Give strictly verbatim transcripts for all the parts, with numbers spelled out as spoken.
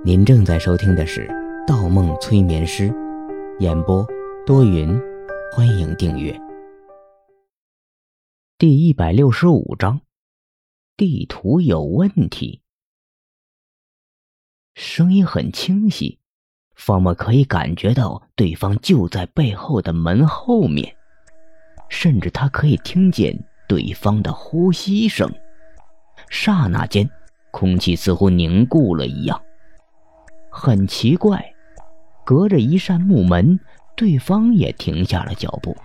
您正在收听的是《盗梦催眠师》，演播多云，欢迎订阅。第一百六十五章，地图有问题。声音很清晰，方默可以感觉到对方就在背后的门后面，甚至他可以听见对方的呼吸声。刹那间，空气似乎凝固了一样。很奇怪，隔着一扇木门，对方也停下了脚步。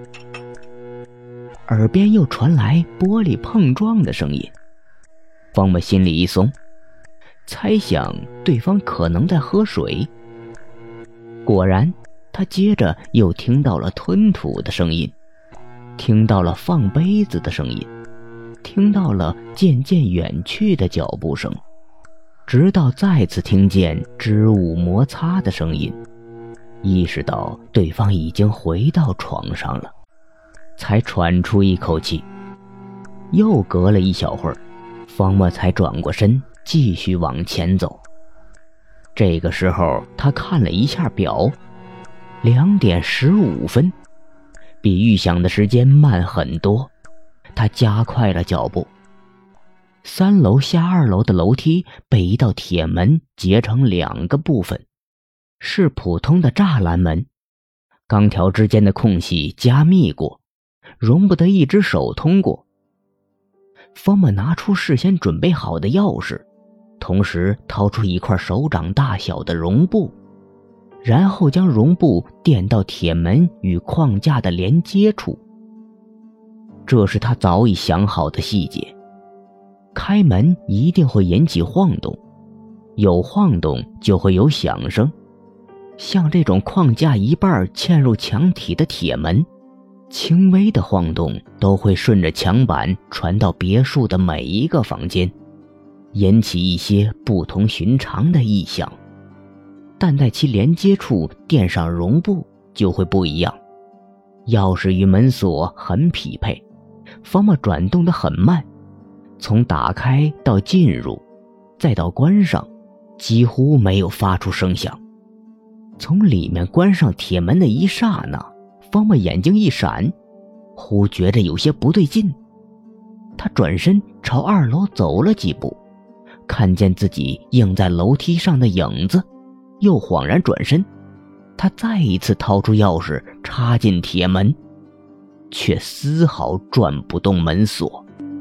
耳边又传来玻璃碰撞的声音，方默心里一松，猜想对方可能在喝水。果然，他接着又听到了吞吐的声音，听到了放杯子的声音，听到了渐渐远去的脚步声，直到再次听见织物摩擦的声音，意识到对方已经回到床上了，才喘出一口气。又隔了一小会儿，方默才转过身继续往前走。这个时候他看了一下表，两点十五分，比预想的时间慢很多。他加快了脚步。三楼下二楼的楼梯被一道铁门截成两个部分，是普通的栅栏门，钢条之间的空隙加密过，容不得一只手通过。方默拿出事先准备好的钥匙，同时掏出一块手掌大小的绒布，然后将绒布垫到铁门与框架的连接处。这是他早已想好的细节。开门一定会引起晃动，有晃动就会有响声。像这种框架一半嵌入墙体的铁门，轻微的晃动都会顺着墙板传到别墅的每一个房间，引起一些不同寻常的异响。但在其连接处垫上绒布就会不一样。钥匙与门锁很匹配，方默转动得很慢，从打开到进入再到关上几乎没有发出声响。从里面关上铁门的一刹那，方默眼睛一闪，忽觉着有些不对劲。他转身朝二楼走了几步，看见自己映在楼梯上的影子，又恍然转身。他再一次掏出钥匙插进铁门，却丝毫转不动门锁。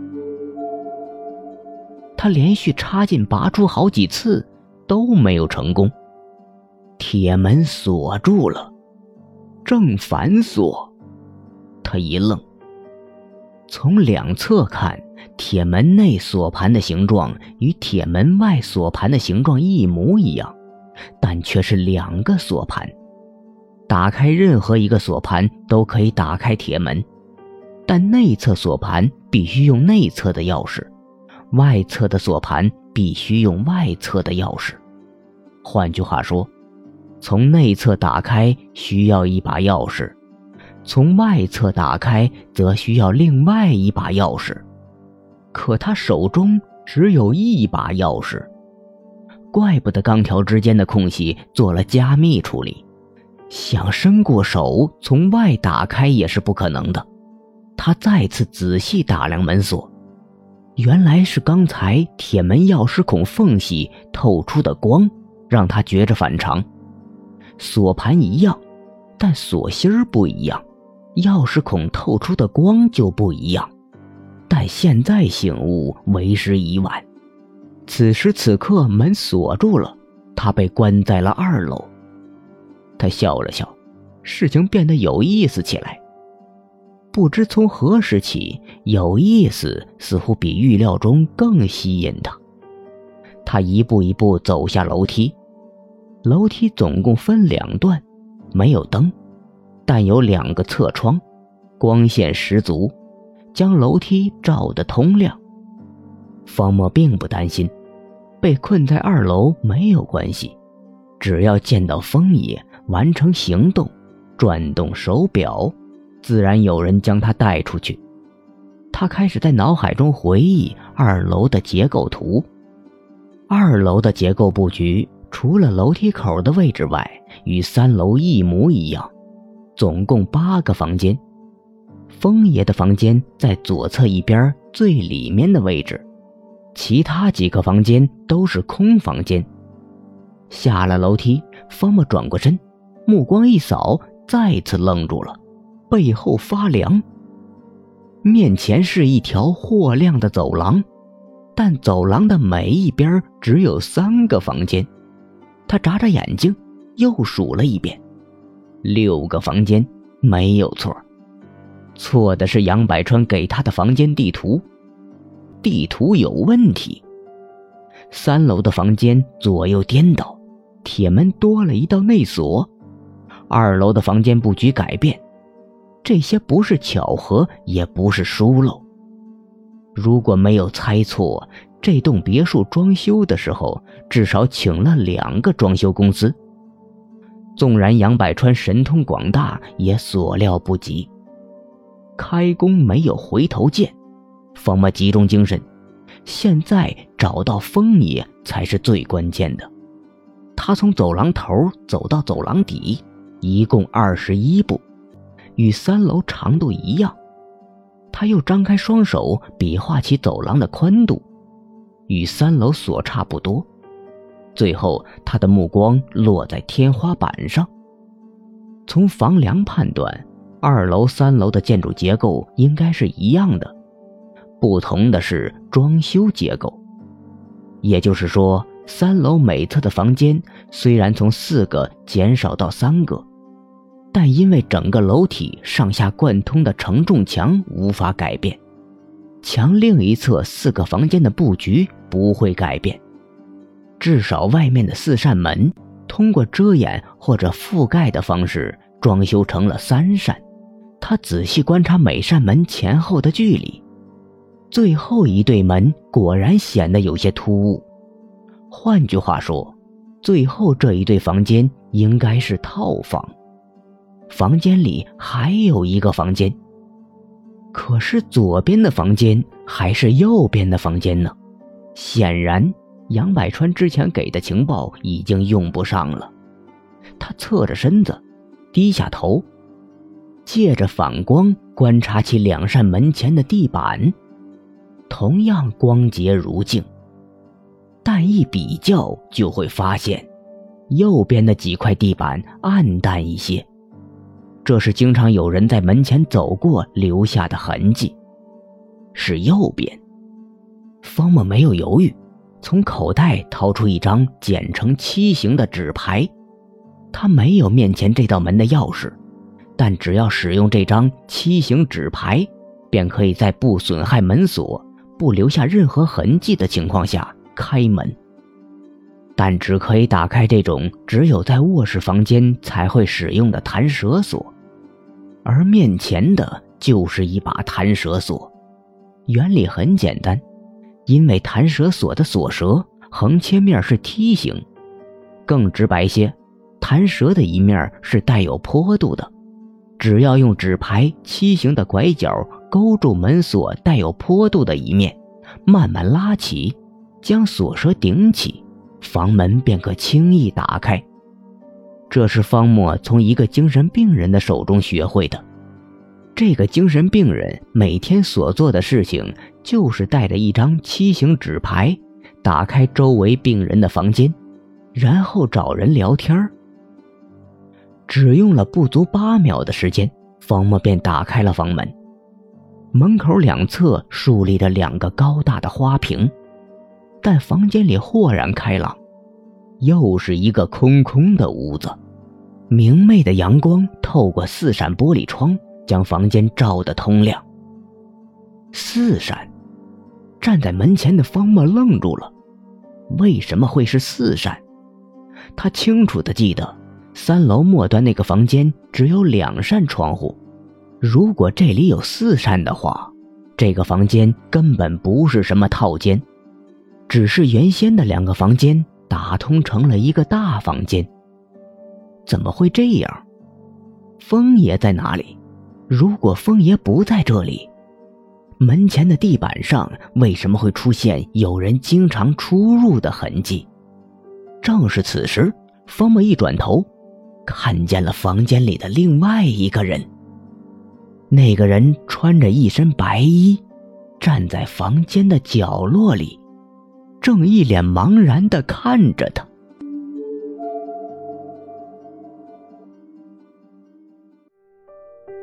他连续插进拔出好几次都没有成功，铁门锁住了，正反锁。他一愣，从两侧看，铁门内锁盘的形状与铁门外锁盘的形状一模一样，但却是两个锁盘。打开任何一个锁盘都可以打开铁门，但内侧锁盘必须用内侧的钥匙，外侧的锁盘必须用外侧的钥匙。换句话说，从内侧打开需要一把钥匙，从外侧打开则需要另外一把钥匙。可他手中只有一把钥匙，怪不得钢条之间的空隙做了加密处理，想伸过手从外打开也是不可能的。他再次仔细打量门锁，原来是刚才铁门钥匙孔缝隙透出的光让他觉着反常。锁盘一样，但锁芯儿不一样，钥匙孔透出的光就不一样。但现在醒悟为时已晚。此时此刻门锁住了，他被关在了二楼。他笑了笑，事情变得有意思起来。不知从何时起，有意思似乎比预料中更吸引他。他一步一步走下楼梯，楼梯总共分两段，没有灯，但有两个侧窗，光线十足，将楼梯照得通亮。方默并不担心，被困在二楼没有关系，只要见到风爷，完成行动，转动手表，自然有人将他带出去。他开始在脑海中回忆二楼的结构图。二楼的结构布局除了楼梯口的位置外，与三楼一模一样，总共八个房间。风爷的房间在左侧一边最里面的位置，其他几个房间都是空房间。下了楼梯，方默转过身，目光一扫，再次愣住了，背后发凉。面前是一条豁亮的走廊，但走廊的每一边只有三个房间。他眨眨眼睛，又数了一遍，六个房间，没有错。错的是杨百川给他的房间地图，地图有问题。三楼的房间左右颠倒，铁门多了一道内锁，二楼的房间布局改变，这些不是巧合，也不是疏漏。如果没有猜错，这栋别墅装修的时候至少请了两个装修公司。纵然杨百川神通广大，也所料不及。开弓没有回头箭，方默集中精神，现在找到风爷才是最关键的。他从走廊头走到走廊底，一共二十一步，与三楼长度一样。他又张开双手比划起走廊的宽度，与三楼所差不多。最后他的目光落在天花板上。从房梁判断，二楼三楼的建筑结构应该是一样的，不同的是装修结构。也就是说，三楼每侧的房间虽然从四个减少到三个，但因为整个楼体上下贯通的承重墙无法改变，墙另一侧四个房间的布局不会改变。至少外面的四扇门通过遮掩或者覆盖的方式装修成了三扇。他仔细观察每扇门前后的距离，最后一对门果然显得有些突兀。换句话说，最后这一对房间应该是套房。房间里还有一个房间，可是左边的房间还是右边的房间呢？显然杨百川之前给的情报已经用不上了。他侧着身子，低下头，借着反光观察起两扇门前的地板，同样光洁如镜，但一比较就会发现，右边的几块地板暗淡一些，这是经常有人在门前走过留下的痕迹。是右边。方默没有犹豫，从口袋掏出一张剪成七形的纸牌。他没有面前这道门的钥匙，但只要使用这张七形纸牌，便可以在不损害门锁、不留下任何痕迹的情况下开门。但只可以打开这种只有在卧室房间才会使用的弹舌锁，而面前的就是一把弹舌锁。原理很简单，因为弹舌锁的锁舌横切面是梯形，更直白些，弹舌的一面是带有坡度的。只要用纸牌七形的拐角勾住门锁带有坡度的一面，慢慢拉起，将锁舌顶起，房门便可轻易打开。这是方默从一个精神病人的手中学会的。这个精神病人每天所做的事情就是带着一张七形纸牌，打开周围病人的房间，然后找人聊天。只用了不足八秒的时间，方默便打开了房门。门口两侧竖立着两个高大的花瓶，但房间里豁然开朗，又是一个空空的屋子。明媚的阳光透过四扇玻璃窗，将房间照得通亮。四扇。站在门前的方默愣住了，为什么会是四扇？他清楚地记得三楼末端那个房间只有两扇窗户，如果这里有四扇的话，这个房间根本不是什么套间，只是原先的两个房间打通成了一个大房间。怎么会这样？风爷在哪里？如果风爷不在这里，门前的地板上为什么会出现有人经常出入的痕迹？ 正是此时，方木一转头，看见了房间里的另外一个人。那个人穿着一身白衣，站在房间的角落里，正一脸茫然地看着他。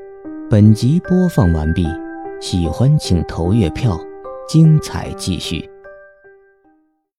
本集播放完毕，喜欢请投月票，精彩继续。